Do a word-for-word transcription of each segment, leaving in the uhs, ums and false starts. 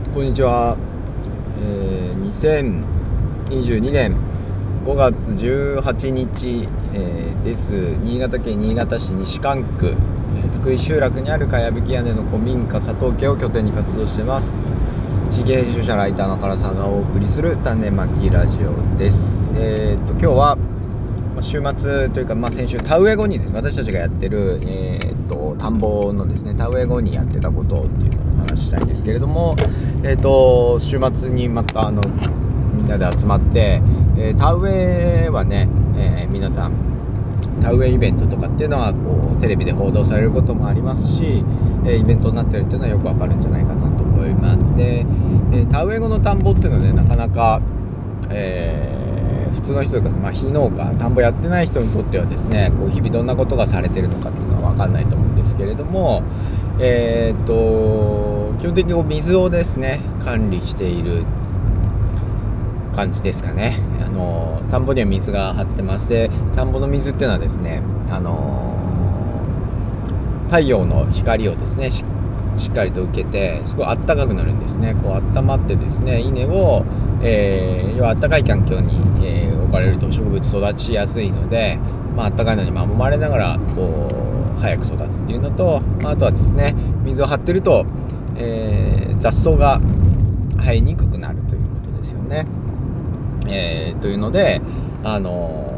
こんにちは、えー、にせんにじゅうにねんごがつじゅうはちにち、えー、です。新潟県新潟市西蒲区、えー、福井集落にあるかやぶき屋根の古民家佐藤家を拠点に活動しています。地域編集者ライターの唐沢がお送りする種まきラジオです。えー、と今日は週末というか、まあ、先週田植え後にです、ね、私たちがやってる、えー、と田んぼのですね田植え後にやってたことっていうのをお話ししたいんですけれども、えー、と週末にまたあのみんなで集まって、えー、田植えはね、えー、皆さん田植えイベントとかっていうのはこうテレビで報道されることもありますし、えー、イベントになってるっていうのはよくわかるんじゃないかなと思います。で、えー、田植え後の田んぼっていうのはねなかなか、えー普通の人とか、まあ、非農家田んぼやってない人にとってはですねこう日々どんなことがされているのかっていうのは分かんないと思うんですけれども、えー、っと基本的にこう水をですね管理している感じですかね。あの田んぼには水が張ってまして、田んぼの水っていうのはですねあの太陽の光をですね し, しっかりと受けてすごいあったかくなるんですね。こう温まってですね稲をえー、要は暖かい環境に、えー、置かれると植物育ちやすいので、まあ暖かいのに守られながらこう早く育つっていうのと、まあ、あとはですね水を張ってると、えー、雑草が生えにくくなるということですよね。えー、というので、あの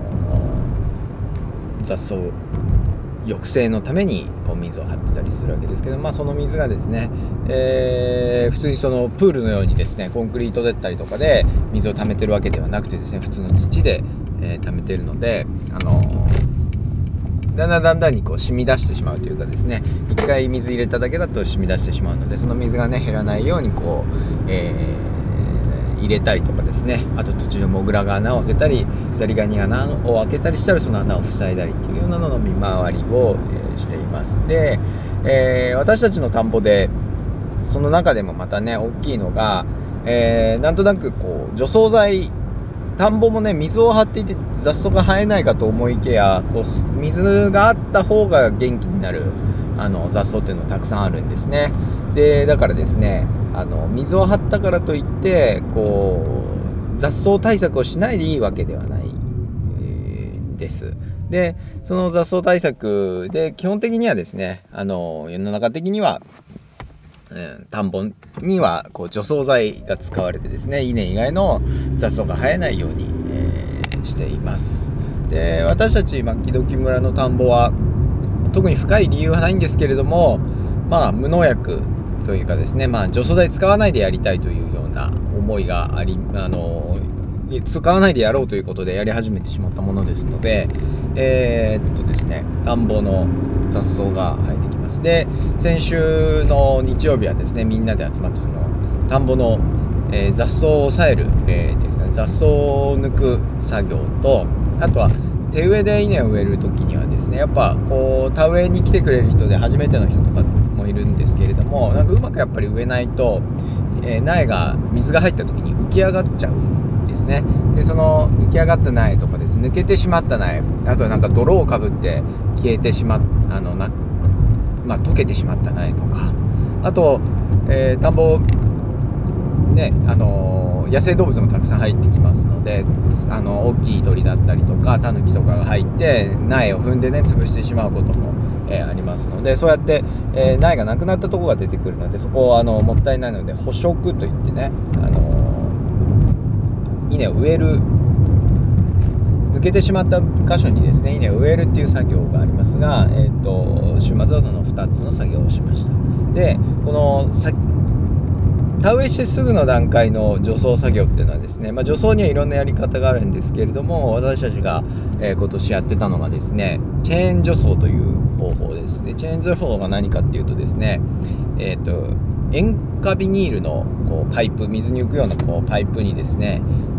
ー、雑草抑制のためにこう水を張ってたりするわけですけど、まあ、その水がですね、えー、普通にそのプールのようにですねコンクリートだったりとかで水を溜めてるわけではなくてですね普通の土で、えー、溜めてるので、あのー、だんだんだんだんにこう染み出してしまうというかですね一回水入れただけだと染み出してしまうのでその水がね減らないようにこう、えー入れたりとかですね、あと途中モグラが穴を開けたりザリガニが穴を開けたりしたらその穴を塞いだりっていうようなのの見回りを、えー、しています。で、えー、私たちの田んぼでその中でもまたね大きいのが、えー、なんとなくこう除草剤田んぼもね水を張っていて雑草が生えないかと思いきやこう水があった方が元気になるあの雑草っていうのたくさんあるんですね。でだからですねあの水を張ったからといってこう雑草対策をしないでいいわけではない、えー、です。でその雑草対策で基本的にはですねあの世の中的には、うん、田んぼにはこう除草剤が使われてですね稲以外の雑草が生えないように、えー、しています。で私たち牧時村の田んぼは特に深い理由はないんですけれども、まあ無農薬というかですね、まあ除草剤使わないでやりたいというような思いがあり、あの使わないでやろうということでやり始めてしまったものですので、えー、っとですね、田んぼの雑草が生えてきます。で、先週の日曜日はですね、みんなで集まってその田んぼの、えー、雑草を抑える、えーですかね、雑草を抜く作業と、あとは手植えで稲を植えるときにはですね、やっぱこう田植えに来てくれる人で初めての人とかもいるんですけれども、なんかうまくやっぱり植えないと、えー、苗が水が入った時に浮き上がっちゃうんですね。でその浮き上がった苗とかですね抜けてしまった苗、あとはなんか泥をかぶって消えてしまっあのなまあ溶けてしまった苗とか、あと、えー、田んぼねあのー、野生動物もたくさん入ってきますので、あの大きい鳥だったりとかタヌキとかが入って苗を踏んでね潰してしまうことも、えー、ありますので、そうやって、えー、苗がなくなったところが出てくるのでそこをあのもったいないので捕食といってね、あのー、稲を植える抜けてしまった箇所にですね稲を植えるっていう作業がありますが、えー、と週末はそのふたつの作業をしました。でこの先田植えしてすぐの段階の除草作業っていうのはですね、まあ、除草にはいろんなやり方があるんですけれども、私たちが、えー、今年やってたのがですねチェーン除草という方法です。でチェーン除草が何かっていうとですね、えー、と塩化ビニールのこうパイプ、水に浮くようなこうパイプにですね、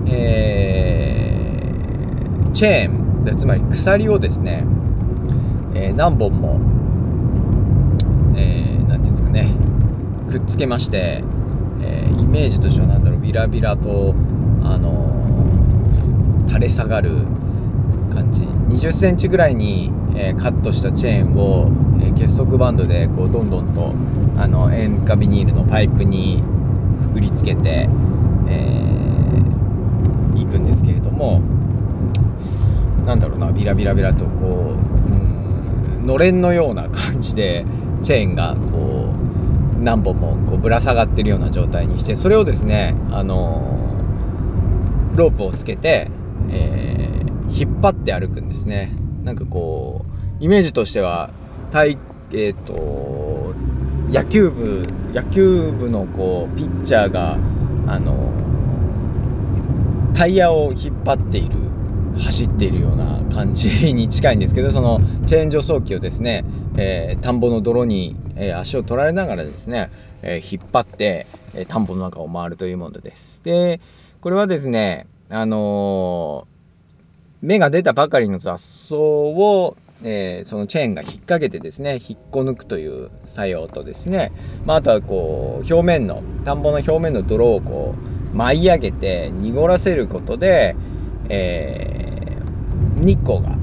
えー、チェーンでつまり鎖をですね、えー、何本も、えー、なんていうんですかねくっつけまして、えー、イメージとしては何だろうビラビラと、あのー、垂れ下がる感じにじゅっセンチぐらいに、えー、カットしたチェーンを、えー、結束バンドでこうどんどんとあの塩化ビニールのパイプにくりつけて、えー、行くんですけれども、なんだろうな、ビラビラビラとこう、うん、のれんのような感じでチェーンがこう何本もこうぶら下がってるような状態にして、それをですね、あのー、ロープをつけて、えー、引っ張って歩くんですね。なんかこうイメージとしては体えっと野球部野球部のこうピッチャーがあのタイヤを引っ張っている走っているような感じに近いんですけど、そのチェーン助走器をですね、えー、田んぼの泥に、えー、足を取られながらですね、えー、引っ張って、えー、田んぼの中を回るというものです。でこれはですね、あのー、芽が出たばかりの雑草をえー、そのチェーンが引っ掛けてですね、引っこ抜くという作用とですね、まあ、あとはこう表面の田んぼの表面の泥をこう舞い上げて濁らせることで、えー、日光が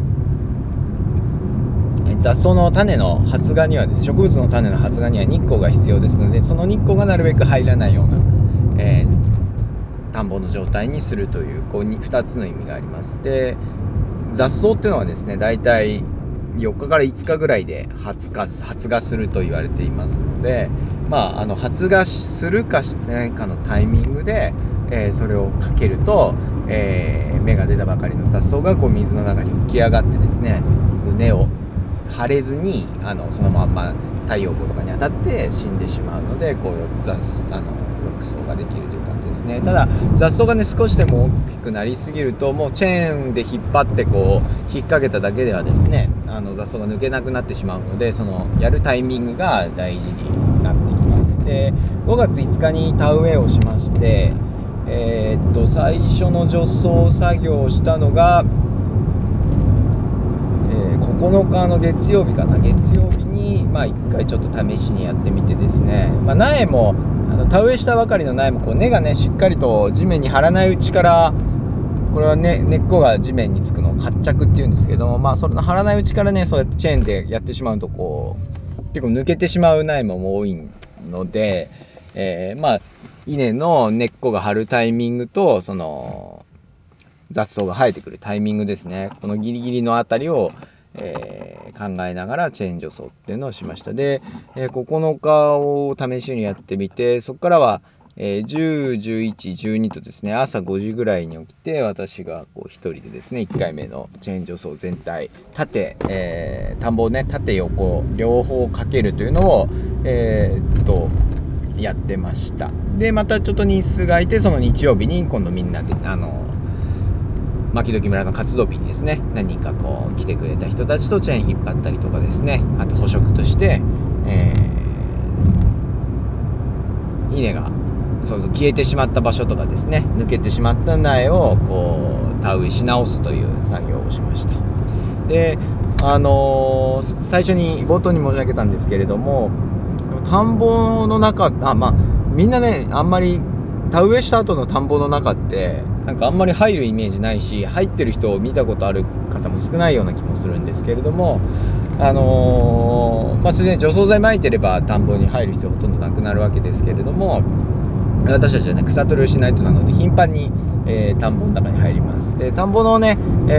雑草の種の発芽にはです、植物の種の発芽には日光が必要ですので、その日光がなるべく入らないような、えー、田んぼの状態にするという、こうにふたつの意味があります。で雑草っていうのはですね、だいたいよっかからいつかぐらいで発芽、発芽すると言われていますので、まあ、あの発芽するかしないかのタイミングで、えー、それをかけると、えー、芽が出たばかりの雑草がこう水の中に浮き上がってですね、根を張れずにあのそのまんま太陽光とかに当たって死んでしまうので、こう雑あの緑草ができるという感じですね。ただ雑草がね、少しでも大きくなりすぎると、もうチェーンで引っ張ってこう引っ掛けただけではですね、あの雑草が抜けなくなってしまうので、そのやるタイミングが大事になってきます。でごがついつかに田植えをしまして、えー、っと最初の除草作業をしたのが、えー、ここのかの月曜日かな、月曜日にまあいっかいちょっと試しにやってみてですね、まあ、苗もあの田植えしたばかりの苗もこう根がねしっかりと地面に張らないうちから、これはね根っこが地面につくのを活着っていうんですけども、まあそれの張らないうちからね、そうやってチェーンでやってしまうとこう結構抜けてしまう苗も多いので、えー、まあ稲の根っこが張るタイミングとその雑草が生えてくるタイミングですね、このギリギリのあたりをえー、考えながらチェーン除草っていうのをしました。で、えー、ここのかを試しにやってみて、そこからは、えー、じゅう、じゅういち、じゅうにとですね、朝ごじぐらいに起きて、私がこう一人でですね、いっかいめのチェーン除草全体縦、えー、田んぼをね縦横両方かけるというのをえー、っとやってました。でまたちょっと日数が空いて、その日曜日に今度みんなであの牧時村の活動日にですね、何人かこう来てくれた人たちとチェーン引っ張ったりとかですね、あと捕食として、えー、稲がそうそう消えてしまった場所とかですね、抜けてしまった苗をこう田植えし直すという作業をしました。であのー、最初に冒頭に申し上げたんですけれども、田んぼの中、あまあみんなね、あんまり田植えした後の田んぼの中ってなんかあんまり入るイメージないし、入ってる人を見たことある方も少ないような気もするんですけれども、あのー、まあそれで除草剤撒いてれば田んぼに入る必要ほとんどなくなるわけですけれども、私たちはね草取りをしないとなので頻繁に、えー、田んぼの中に入ります。で田んぼのね、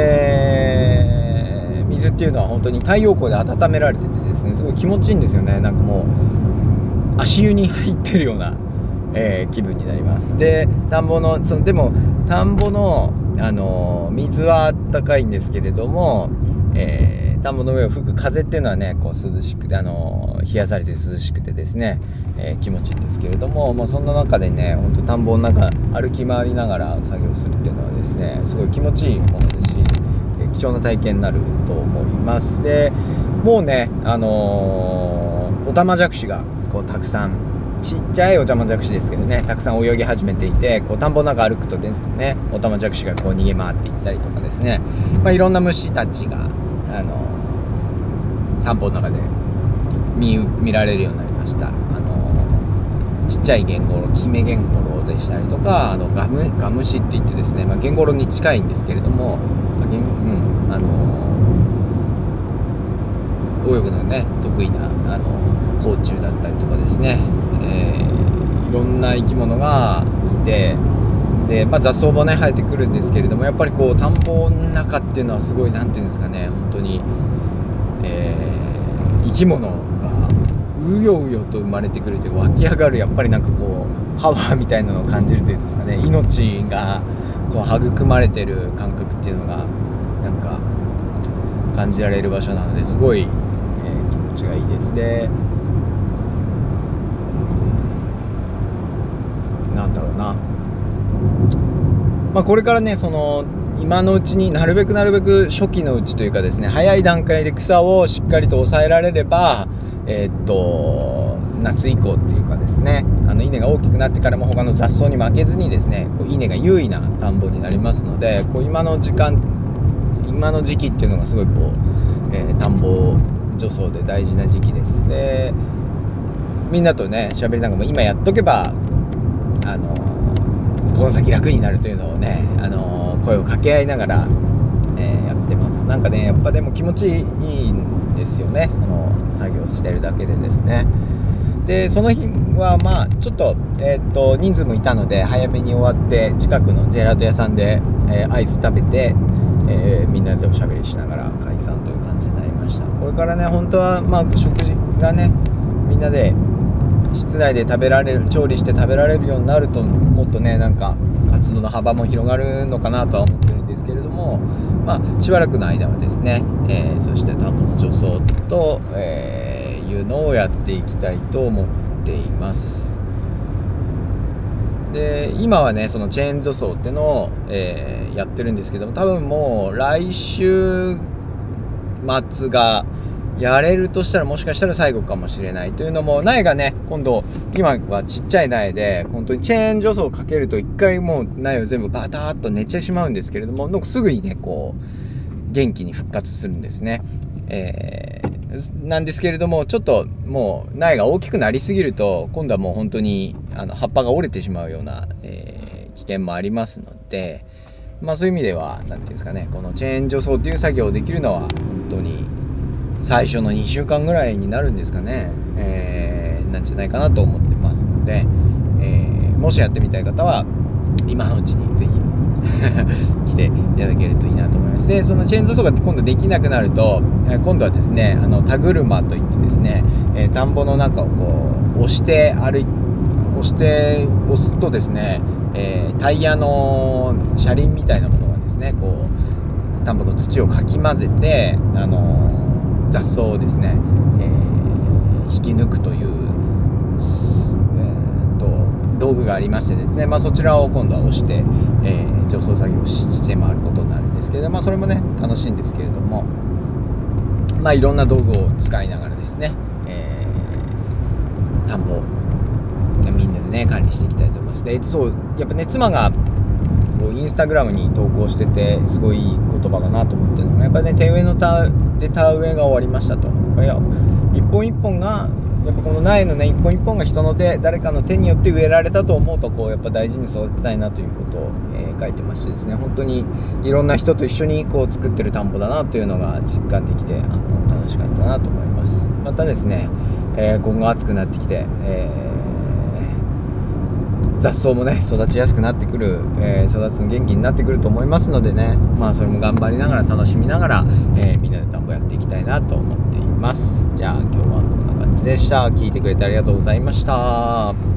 えー、水っていうのは本当に太陽光で温められててですね、すごい気持ちいいんですよね。なんかもう足湯に入ってるような、えー、気分になります。で田んぼのそのでも田んぼの、あのー、水はあったかいんですけれども、えー、田んぼの上を吹く風っていうのはねこう涼しくて、あのー、冷やされて涼しくてですね、えー、気持ちいいんですけれども、もうそんな中でね、本当田んぼの中歩き回りながら作業するっていうのはですね、すごい気持ちいいものですし、えー、貴重な体験になると思います。でもうね、あのー、オタマジャクシがこうたくさん、ちっちゃいオタマジャクシですけどね、たくさん泳ぎ始めていて、こう田んぼの中歩くとですね、オタマジャクシがこう逃げ回っていったりとかですね、まあ、いろんな虫たちが、あの田んぼの中で 見, 見られるようになりました。あのちっちゃいゲンゴロウ、ヒメゲンゴロウでしたりとか、あのガムガムシって言ってですね、まあ、ゲンゴロウに近いんですけれども、まあゲンうん、あの泳ぐのね得意なあの甲虫だったりとかですね、えー、いろんな生き物がいて、で、まあ、雑草もね生えてくるんですけれども、やっぱりこう田んぼの中っていうのはすごいなんていうんですかね、本当に、えー、生き物がうようよと生まれてくるという湧き上がる、やっぱりなんかこうパワーみたいなのを感じるというんですかね、命がこう育まれてる感覚っていうのがなんか感じられる場所なので、すごい、えー、気持ちがいいです。で、なんだろうな、まあ、これからね、その今のうちになるべくなるべく初期のうちというかですね、早い段階で草をしっかりと抑えられれば、えー、っと夏以降っていうかですね、あの稲が大きくなってからも他の雑草に負けずにですね、こう稲が優位な田んぼになりますので、こう今の時間今の時期っていうのがすごいこう、えー、田んぼ除草で大事な時期です。で、みんなとね喋りながらも今やっとけばあのこの先楽になるというのをね、あの声を掛け合いながら、えー、やってます。なんかね、やっぱでも気持ちいいんですよね、その作業してるだけでですね。で、その日はまあちょっと、えー、っと人数もいたので早めに終わって、近くのジェラート屋さんで、えー、アイス食べて、えー、みんなでおしゃべりしながら解散という感じになりました。これからね、本当はまあ食事がね、みんなで室内で食べられる、調理して食べられるようになると、もっとねなんか活動の幅も広がるのかなとは思ってるんですけれども、まあしばらくの間はですね、えー、そして田んぼの除草と、えー、いうのをやっていきたいと思っています。で、今はねそのチェーン除草ってのを、えー、やってるんですけども、多分もう来週末がやれるとしたらもしかしたら最後かもしれない。というのも、苗がね今度今はちっちゃい苗で、本当にチェーン除草をかけると一回もう苗を全部バターっと寝てしまうんですけれども、なんかすぐにねこう元気に復活するんですね。えー、なんですけれども、ちょっともう苗が大きくなりすぎると今度はもう本当にあの葉っぱが折れてしまうような、えー、危険もありますので、まあそういう意味ではなんていうんですかね、このチェーン除草という作業をできるのは本当に最初のにしゅうかんぐらいになるんですかね、えー、なんじゃないかなと思ってますので、えー、もしやってみたい方は今のうちにぜひ来ていただけるといいなと思います。で、そのチェーン除草が今度できなくなると、今度はですね、あの田車といってですね、えー、田んぼの中をこう押して歩い押して押すとですね、えー、タイヤの車輪みたいなものがですね、こう田んぼの土をかき混ぜて、あのー雑草をですね、えー、引き抜くという、えー、と道具がありましてですね、まあ、そちらを今度は押して、えー、除草作業をして回ることになるんですけれども、まあ、それもね楽しいんですけれども、まあ、いろんな道具を使いながらですね、えー、田んぼみんなでね管理していきたいと思います。で、そうやっぱね、妻がインスタグラムに投稿しててすごいいい言葉だなと思ってるのが、やっぱりね、手植えの田で田植えが終わりましたと。いや、一本一本がやっぱこの苗のね一本一本が人の手、誰かの手によって植えられたと思うと、こうやっぱ大事に育てたいなということを、えー、書いてましてですね、本当にいろんな人と一緒にこう作ってる田んぼだなというのが実感できて、あの楽しかったなと思います。またですね、えー、今後暑くなってきて、えー、雑草もね育ちやすくなってくる、えー、育つの元気になってくると思いますのでね、まあそれも頑張りながら楽しみながら、えー、みんなで田んぼやっていきたいなと思っています。じゃあ今日はこんな感じでした。聞いてくれてありがとうございました。